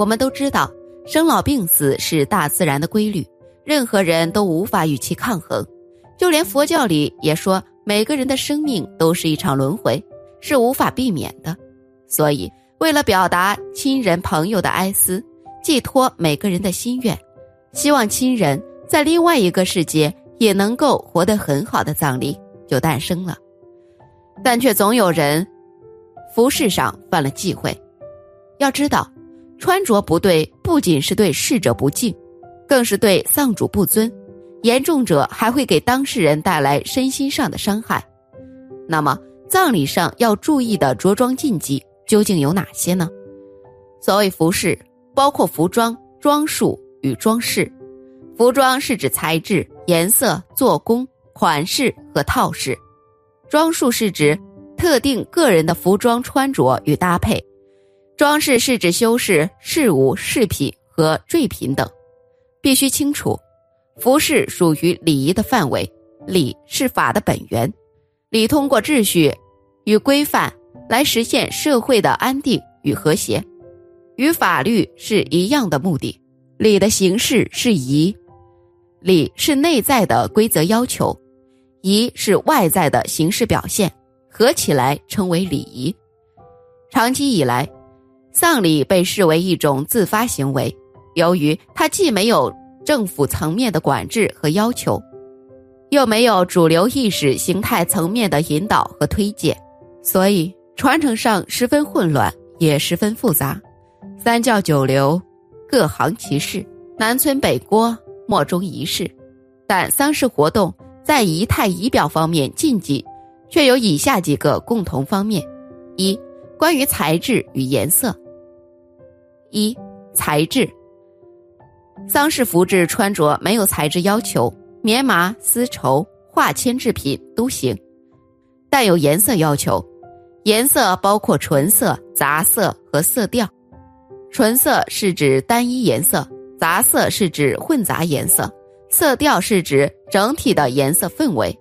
我们都知道，生老病死是大自然的规律，任何人都无法与其抗衡。就连佛教里也说，每个人的生命都是一场轮回，是无法避免的。所以，为了表达亲人朋友的哀思，寄托每个人的心愿，希望亲人在另外一个世界也能够活得很好的葬礼就诞生了。但却总有人服饰上犯了忌讳。要知道，穿着不对不仅是对逝者不敬，更是对丧主不尊，严重者还会给当事人带来身心上的伤害。那么葬礼上要注意的着装禁忌究竟有哪些呢？所谓服饰，包括服装、装束与装饰。服装是指材质、颜色、做工、款式和套式。装束是指特定个人的服装穿着与搭配。装饰是指修饰、饰物、饰品和坠品等。必须清楚，服饰属于礼仪的范围，礼是法的本源。礼通过秩序与规范来实现社会的安定与和谐，与法律是一样的目的。礼的形式是仪，礼是内在的规则要求，仪是外在的形式表现，合起来称为礼仪。长期以来，丧礼被视为一种自发行为，由于它既没有政府层面的管制和要求，又没有主流意识形态层面的引导和推荐，所以传承上十分混乱，也十分复杂。三教九流，各行其事，南村北郭，莫衷一是。但丧事活动在仪态仪表方面禁忌却有以下几个共同方面。一、关于材质与颜色。一、材质。丧事服制穿着没有材质要求，棉麻、丝绸、化纤制品都行，但有颜色要求。颜色包括纯色、杂色和色调。纯色是指单一颜色，杂色是指混杂颜色，色调是指整体的颜色氛围。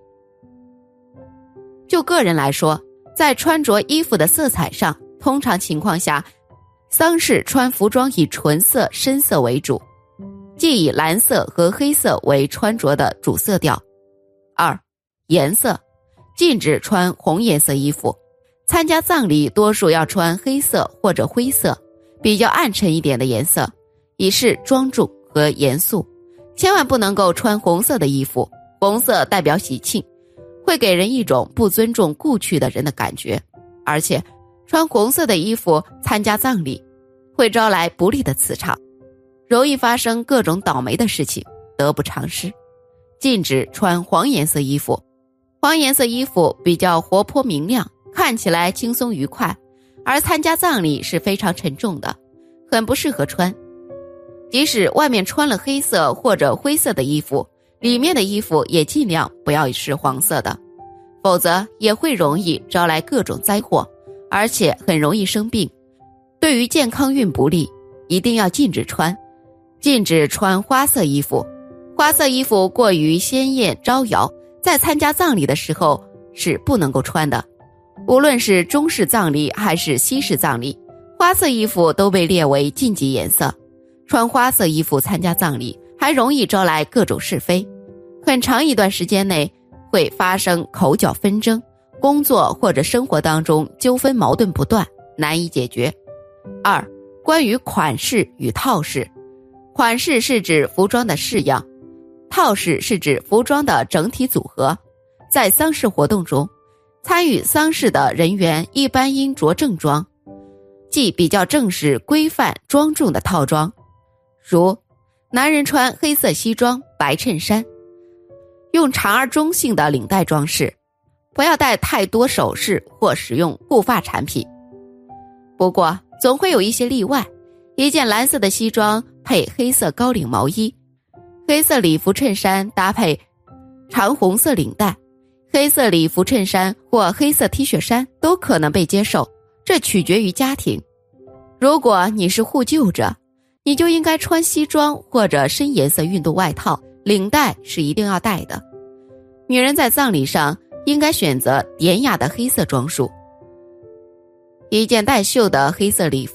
就个人来说，在穿着衣服的色彩上，通常情况下，丧事穿服装以纯色、深色为主，即以蓝色和黑色为穿着的主色调。二、颜色，禁止穿红颜色衣服。参加葬礼多数要穿黑色或者灰色，比较暗沉一点的颜色，以示庄重和严肃。千万不能够穿红色的衣服，红色代表喜庆，会给人一种不尊重故去的人的感觉。而且穿红色的衣服参加葬礼，会招来不利的磁场，容易发生各种倒霉的事情，得不偿失。禁止穿黄颜色衣服。黄颜色衣服比较活泼明亮，看起来轻松愉快，而参加葬礼是非常沉重的，很不适合穿。即使外面穿了黑色或者灰色的衣服，里面的衣服也尽量不要是黄色的，否则也会容易招来各种灾祸，而且很容易生病。对于健康运不利，一定要禁止穿。禁止穿花色衣服。花色衣服过于鲜艳招摇，在参加葬礼的时候是不能够穿的。无论是中式葬礼还是西式葬礼，花色衣服都被列为禁忌颜色。穿花色衣服参加葬礼，还容易招来各种是非，很长一段时间内会发生口角纷争，工作或者生活当中纠纷矛盾不断，难以解决。二、关于款式与套式。款式是指服装的式样，套式是指服装的整体组合。在丧事活动中，参与丧事的人员一般应着正装，即比较正式、规范、庄重的套装，如男人穿黑色西装、白衬衫，用长而中性的领带装饰，不要戴太多首饰或使用护发产品。不过总会有一些例外，一件蓝色的西装配黑色高领毛衣，黑色礼服衬衫搭配长红色领带，黑色礼服衬衫或黑色 T 恤衫都可能被接受，这取决于家庭。如果你是护柩者，你就应该穿西装或者深颜色运动外套，领带是一定要戴的。女人在葬礼上应该选择典雅的黑色装束，一件带袖的黑色礼服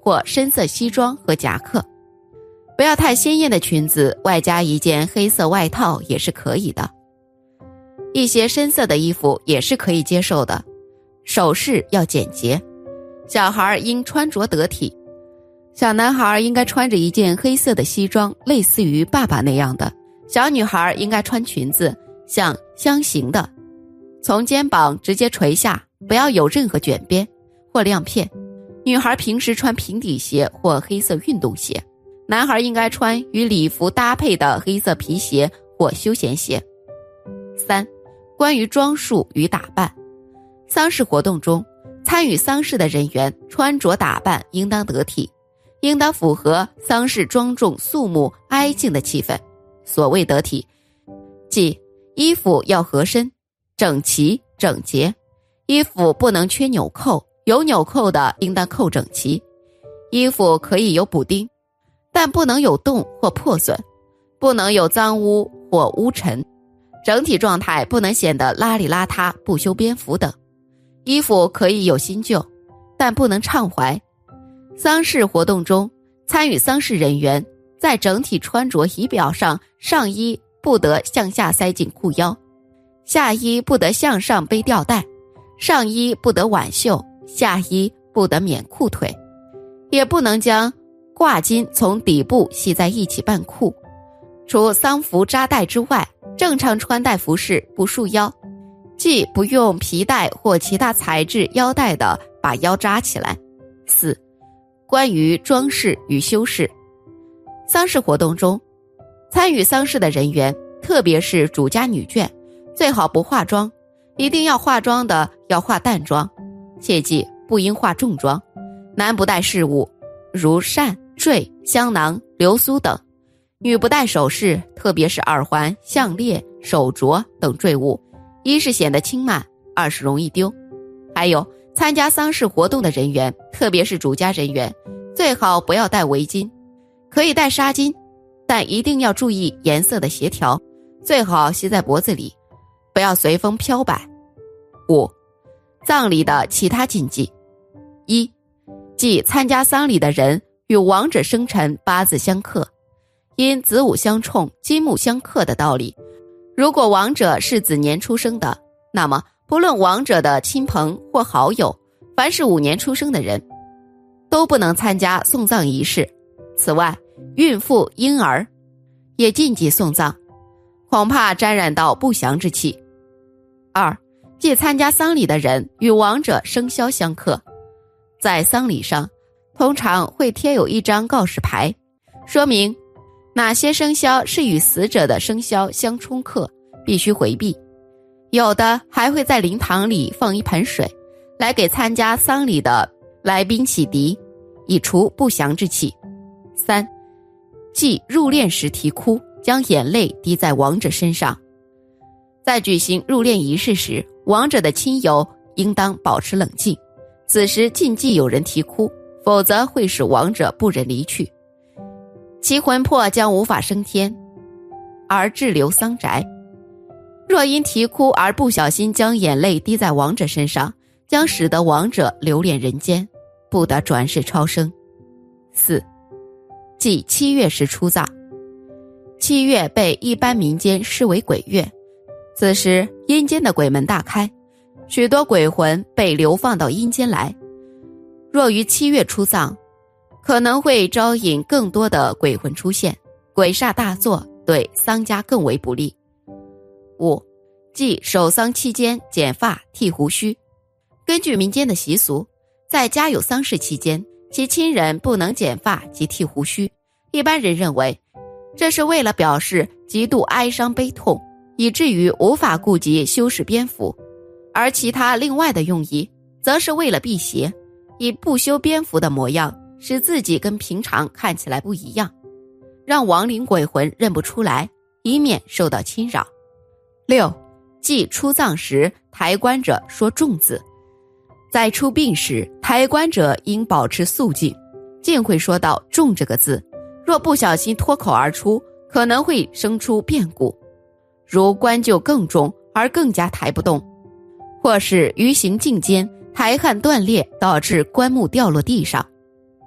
或深色西装和夹克。不要太鲜艳的裙子，外加一件黑色外套也是可以的。一些深色的衣服也是可以接受的。首饰要简洁，小孩应穿着得体。小男孩应该穿着一件黑色的西装，类似于爸爸那样的。小女孩应该穿裙子，像箱型的，从肩膀直接垂下，不要有任何卷边或亮片。女孩平时穿平底鞋或黑色运动鞋。男孩应该穿与礼服搭配的黑色皮鞋或休闲鞋。3. 关于装束与打扮。丧事活动中，参与丧事的人员穿着打扮应当得体，应当符合丧事庄重肃穆哀静的气氛。所谓得体，即衣服要合身、整齐整洁，衣服不能缺纽扣，有纽扣的应当扣整齐。衣服可以有补丁，但不能有洞或破损，不能有脏污或污尘，整体状态不能显得邋里邋遢、不修边幅等。衣服可以有新旧，但不能畅怀。丧事活动中，参与丧事人员在整体穿着仪表上，上衣不得向下塞进裤腰，下衣不得向上背吊带，上衣不得挽袖，下衣不得免裤腿，也不能将褂巾从底部系在一起半裤。除丧服扎带之外，正常穿戴服饰不束腰，即不用皮带或其他材质腰带的把腰扎起来。4. 关于装饰与修饰。丧事活动中，参与丧事的人员，特别是主家女眷，最好不化妆，一定要化妆的要化淡妆，切记不应化重妆。男不带饰物，如扇、坠、香囊、流苏等；女不带首饰，特别是耳环、项链、手镯等坠物，一是显得轻慢，二是容易丢。还有参加丧事活动的人员，特别是主家人员，最好不要戴围巾，可以戴纱巾，但一定要注意颜色的协调，最好系在脖子里，不要随风飘摆。5. 葬礼的其他禁忌。1. 即参加丧礼的人与亡者生辰八字相克，因子午相冲、金木相克的道理，如果亡者是子年出生的，那么不论亡者的亲朋或好友，凡是5年出生的人，都不能参加送葬仪式。此外，孕妇、婴儿也禁忌送葬，恐怕沾染到不祥之气。2. 即参加丧礼的人与亡者生肖相克，在丧礼上通常会贴有一张告示牌，说明哪些生肖是与死者的生肖相冲克，必须回避。有的还会在灵堂里放一盆水，来给参加丧礼的来宾洗涤，以除不祥之气。3. 即入殓时啼哭，将眼泪滴在亡者身上。在举行入殓仪式时，亡者的亲友应当保持冷静，此时禁忌有人啼哭，否则会使亡者不忍离去，其魂魄将无法升天，而滞留丧宅。若因啼哭而不小心将眼泪滴在亡者身上，将使得亡者留恋人间，不得转世超生。4. 即7月时出葬。7月被一般民间视为鬼月，此时阴间的鬼门大开，许多鬼魂被流放到阴间来。若于7月出葬，可能会招引更多的鬼魂出现，鬼煞大作，对丧家更为不利。5. 即守丧期间剪发剃胡须。根据民间的习俗，在家有丧事期间，其亲人不能剪发及剃胡须。一般人认为，这是为了表示极度哀伤悲痛，以至于无法顾及修饰边幅；而其他另外的用意，则是为了辟邪，以不修边幅的模样，使自己跟平常看起来不一样，让亡灵鬼魂认不出来，以免受到侵扰。6. 即出葬时抬棺者说重字。在出殡时，抬棺者应保持肃静，尽会说到重这个字，若不小心脱口而出，可能会生出变故，如棺柩更重而更加抬不动，或是于行进间抬撼断裂，导致棺木掉落地上。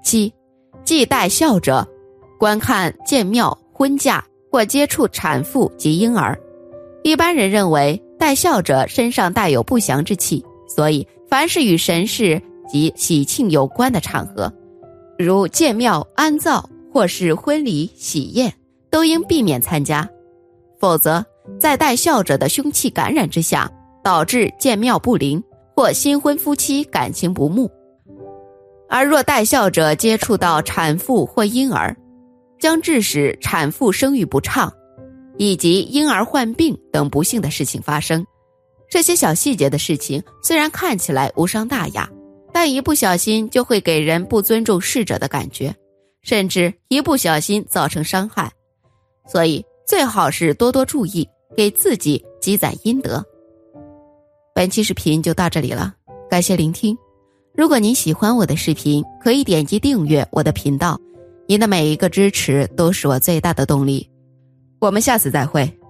7. 忌带孝者观看见庙、婚嫁或接触产妇及婴儿。一般人认为带孝者身上带有不祥之气，所以凡是与神事及喜庆有关的场合，如建庙、安葬或是婚礼、喜宴，都应避免参加，否则在带孝者的凶气感染之下，导致建庙不灵或新婚夫妻感情不睦。而若带孝者接触到产妇或婴儿，将致使产妇生育不畅，以及婴儿患病等不幸的事情发生。这些小细节的事情虽然看起来无伤大雅，但一不小心就会给人不尊重逝者的感觉，甚至一不小心造成伤害。所以最好是多多注意，给自己积攒阴德。本期视频就到这里了，感谢聆听。如果您喜欢我的视频，可以点击订阅我的频道，您的每一个支持都是我最大的动力。我们下次再会。